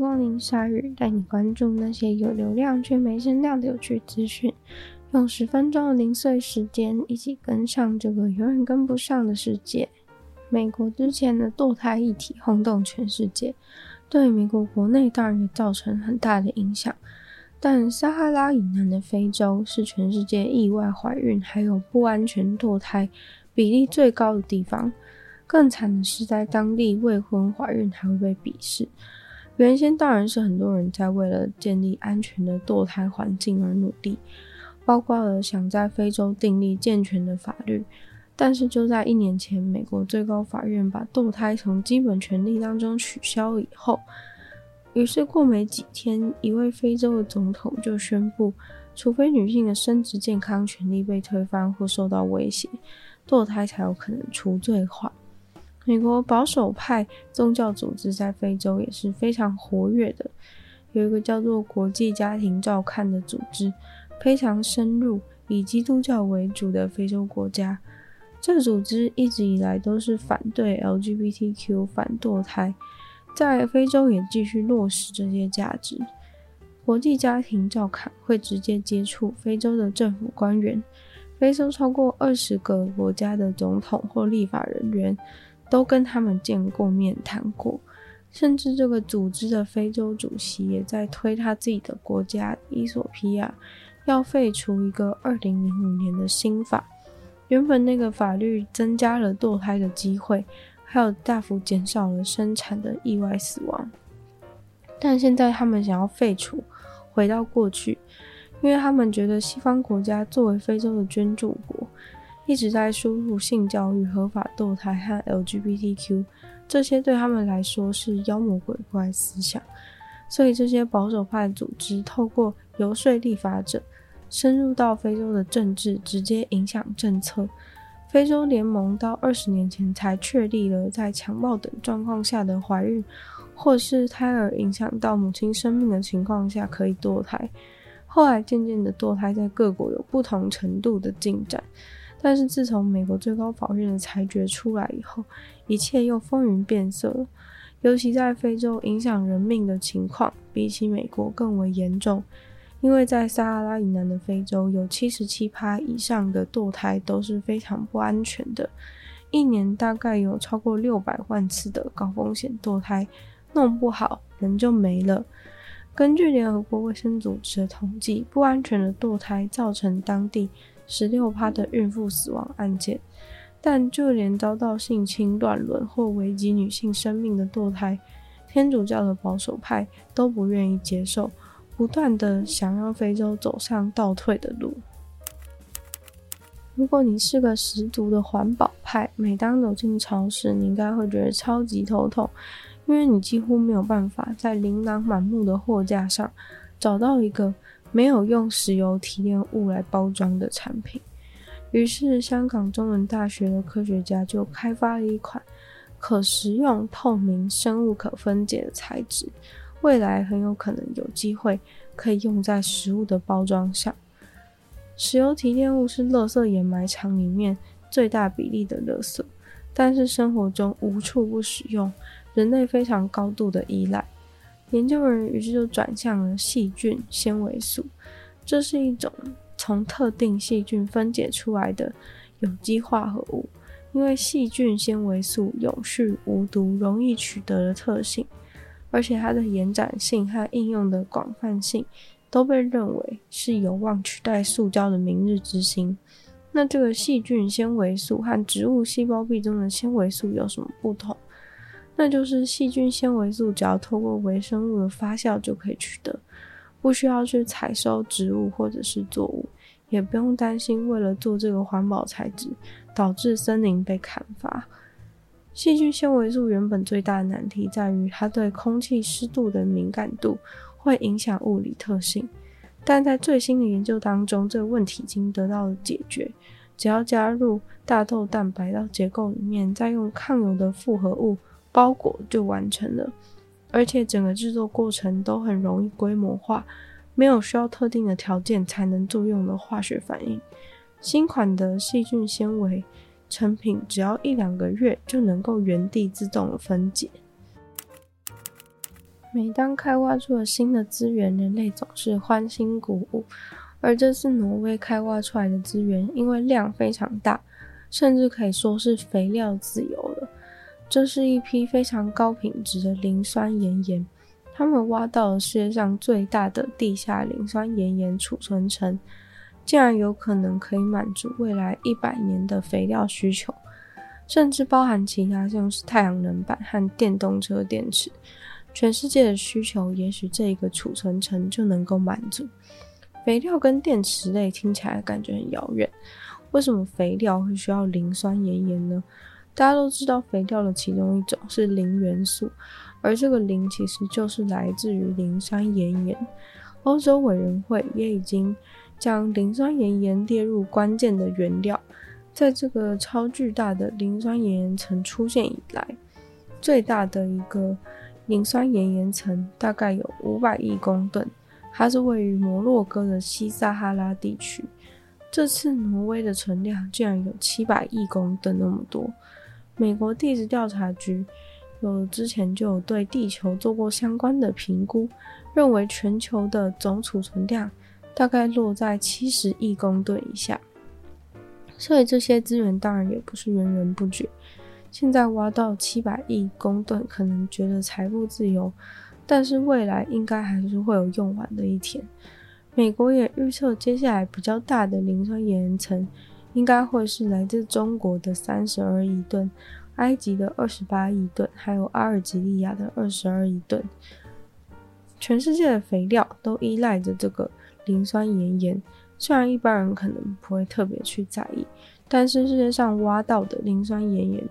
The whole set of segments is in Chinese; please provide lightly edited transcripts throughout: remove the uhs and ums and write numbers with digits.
光临鲨鱼，带你关注那些有流量却没声量的有趣资讯。用10分钟的零碎时间，一起跟上这个永远跟不上的世界。美国之前的堕胎议题轰动全世界，对美国国内当然也造成很大的影响。但撒哈拉以南的非洲是全世界意外怀孕还有不安全堕胎比例最高的地方。更惨的是，在当地未婚怀孕还会被鄙视。原先当然是很多人在为了建立安全的堕胎环境而努力，包括了想在非洲订立健全的法律。但是就在1年前，美国最高法院把堕胎从基本权利当中取消以后，于是过没几天，一位非洲的总统就宣布，除非女性的生殖健康权利被推翻或受到威胁，堕胎才有可能除罪化。美国保守派宗教组织在非洲也是非常活跃的，有一个叫做国际家庭照看的组织，非常深入以基督教为主的非洲国家。这个组织一直以来都是反对 LGBTQ 反堕胎，在非洲也继续落实这些价值。国际家庭照看会直接接触非洲的政府官员，非洲超过20个国家的总统或立法人员都跟他们见过面谈过，甚至这个组织的非洲主席也在推他自己的国家伊索比亚要废除一个2005年的新法。原本那个法律增加了堕胎的机会，还有大幅减少了生产的意外死亡，但现在他们想要废除，回到过去，因为他们觉得西方国家作为非洲的捐助国，一直在输入性教育、合法堕胎和 LGBTQ， 这些对他们来说是妖魔鬼怪思想。所以这些保守派组织透过游说立法者，深入到非洲的政治，直接影响政策。非洲联盟到20年前才确立了在强暴等状况下的怀孕，或是胎儿影响到母亲生命的情况下可以堕胎。后来渐渐的堕胎在各国有不同程度的进展，但是自从美国最高法院的裁决出来以后，一切又风云变色了。尤其在非洲影响人命的情况比起美国更为严重，因为在撒哈拉以南的非洲有 77% 以上的堕胎都是非常不安全的，一年大概有超过600万次的高风险堕胎，弄不好人就没了。根据联合国卫生组织的统计，不安全的堕胎造成当地 16% 的孕妇死亡案件，但就连遭到性侵、乱伦或危及女性生命的堕胎，天主教的保守派都不愿意接受，不断的想让非洲走上倒退的路。如果你是个十足的环保派，每当走进超市，你应该会觉得超级头痛，因为你几乎没有办法在琳琅满目的货架上找到一个没有用石油提炼物来包装的产品。于是香港中文大学的科学家就开发了一款可食用、透明、生物可分解的材质，未来很有可能有机会可以用在食物的包装上。石油提炼物是垃圾掩埋场里面最大比例的垃圾，但是生活中无处不使用，人类非常高度的依赖。研究人员于是就转向了细菌纤维素，这是一种从特定细菌分解出来的有机化合物，因为细菌纤维素永续、无毒、容易取得的特性，而且它的延展性和应用的广泛性都被认为是有望取代塑胶的明日之星。那这个细菌纤维素和植物细胞壁中的纤维素有什么不同？那就是细菌纤维素只要透过微生物的发酵就可以取得，不需要去采收植物或者是作物，也不用担心为了做这个环保材质导致森林被砍伐。细菌纤维素原本最大的难题在于它对空气湿度的敏感度会影响物理特性，但在最新的研究当中，这个问题已经得到了解决。只要加入大豆蛋白到结构里面，再用抗油的复合物包裹就完成了，而且整个制作过程都很容易规模化，没有需要特定的条件才能作用的化学反应。新款的细菌纤维成品只要1-2个月就能够原地自动的分解。 每当开挖出了新的资源，人类总是欢欣鼓舞。而这次挪威开挖出来的资源，因为量非常大，甚至可以说是肥料自由了。这是一批非常高品质的磷酸盐盐，他们挖到了世界上最大的地下磷酸盐盐储存层，竟然有可能可以满足未来100年的肥料需求，甚至包含其他像是太阳能板和电动车电池。全世界的需求也许这一个储存层就能够满足。肥料跟电池类听起来感觉很遥远，为什么肥料会需要磷酸盐盐呢？大家都知道肥料的其中一种是磷元素，而这个磷其实就是来自于磷酸盐盐。欧洲委员会也已经将磷酸盐盐列入关键的原料。在这个超巨大的磷酸盐盐层出现以来，最大的一个磷酸盐盐层大概有500亿公吨，它是位于摩洛哥的西撒哈拉地区。这次挪威的存量竟然有700亿公吨那么多。美国地质调查局之前就有对地球做过相关的评估，认为全球的总储存量大概落在70亿公吨以下。所以这些资源当然也不是源源不绝。现在挖到700亿公吨，可能觉得财富自由，但是未来应该还是会有用完的一天。美国也预测接下来比较大的磷酸盐盐层应该会是来自中国的32亿吨、埃及的28亿吨，还有阿尔及利亚的22亿吨。全世界的肥料都依赖着这个磷酸盐盐，虽然一般人可能不会特别去在意，但是世界上挖到的磷酸盐盐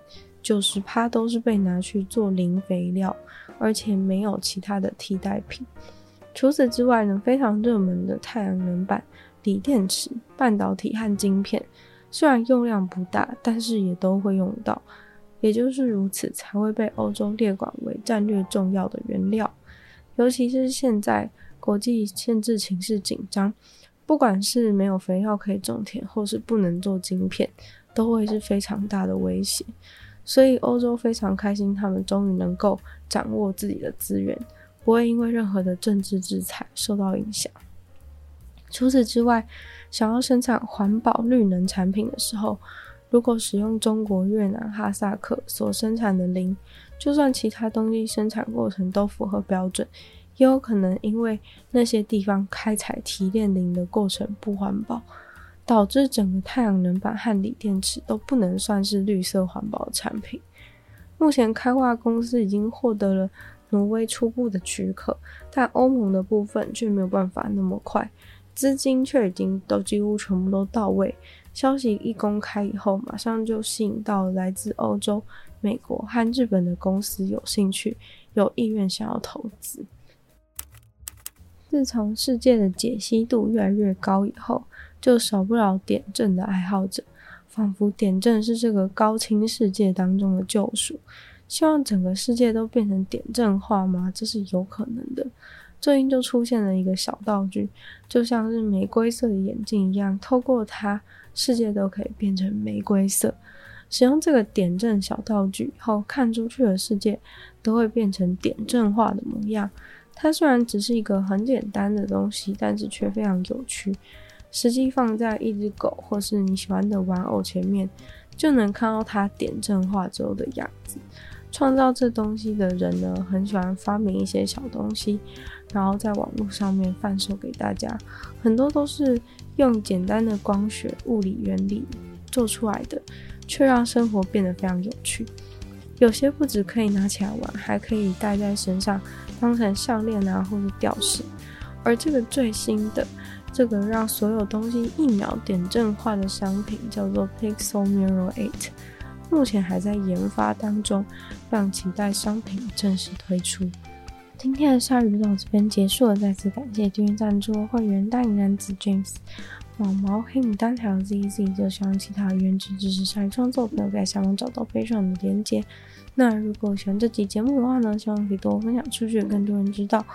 90%都是被拿去做磷肥料，而且没有其他的替代品。除此之外呢，非常热门的太阳能板、锂电池、半导体和晶片，虽然用量不大，但是也都会用到，也就是如此才会被欧洲列管为战略重要的原料。尤其是现在国际限制情势紧张，不管是没有肥料可以种田，或是不能做晶片，都会是非常大的威胁。所以欧洲非常开心，他们终于能够掌握自己的资源，不会因为任何的政治制裁受到影响。除此之外，想要生产环保绿能产品的时候，如果使用中国、越南、哈萨克所生产的磷，就算其他东西生产过程都符合标准，也有可能因为那些地方开采提炼磷的过程不环保，导致整个太阳能板和锂电池都不能算是绿色环保的产品。目前开挖公司已经获得了挪威初步的许可，但欧盟的部分却没有办法那么快，资金却已经几乎全部都到位。消息一公开以后，马上就吸引到了来自欧洲、美国和日本的公司有兴趣、有意愿想要投资。自从世界的解析度越来越高以后，就少不了点阵的爱好者，仿佛点阵是这个高清世界当中的救赎。希望整个世界都变成点阵化吗？这是有可能的。最近就出现了一个小道具，就像是玫瑰色的眼镜一样，透过它，世界都可以变成玫瑰色。使用这个点阵小道具以后，看出去的世界都会变成点阵化的模样。它虽然只是一个很简单的东西，但是却非常有趣。实际放在一只狗或是你喜欢的玩偶前面，就能看到它点阵化之后的样子。创造这东西的人呢，很喜欢发明一些小东西，然后在网络上面贩售给大家。很多都是用简单的光学物理原理做出来的，却让生活变得非常有趣。有些不只可以拿起来玩，还可以戴在身上当成项链啊，或是吊饰。而这个最新的这个让所有东西一秒点阵化的商品叫做 Pixel Mirror 8， 目前还在研发当中，让期待商品正式推出。今天的鲨鱼到这边结束了，再次感谢订阅赞助会员大影男子 James、毛毛、黑牡丹还有 ZZ， 就希望其他原职支持鲨鱼创作的朋友在下方找到Patreon的连结。那如果喜欢这集节目的话呢，希望可以多分享出去，更多人知道。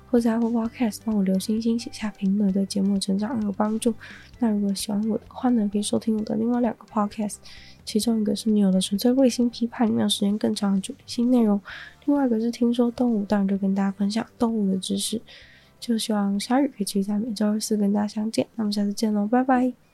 或在 Apple Podcast 帮我留星星、写下评论，对节目成长有帮助。那如果喜欢我的话呢，可以收听我的另外2个 Podcast， 其中一个是女友的纯粹卫星批判，里面有时间更长的主题性内容，另外一个是听说动物，当然就跟大家分享动物的知识。就希望鲨鱼可以继续在每周2、4跟大家相见，那么下次见喽，拜拜。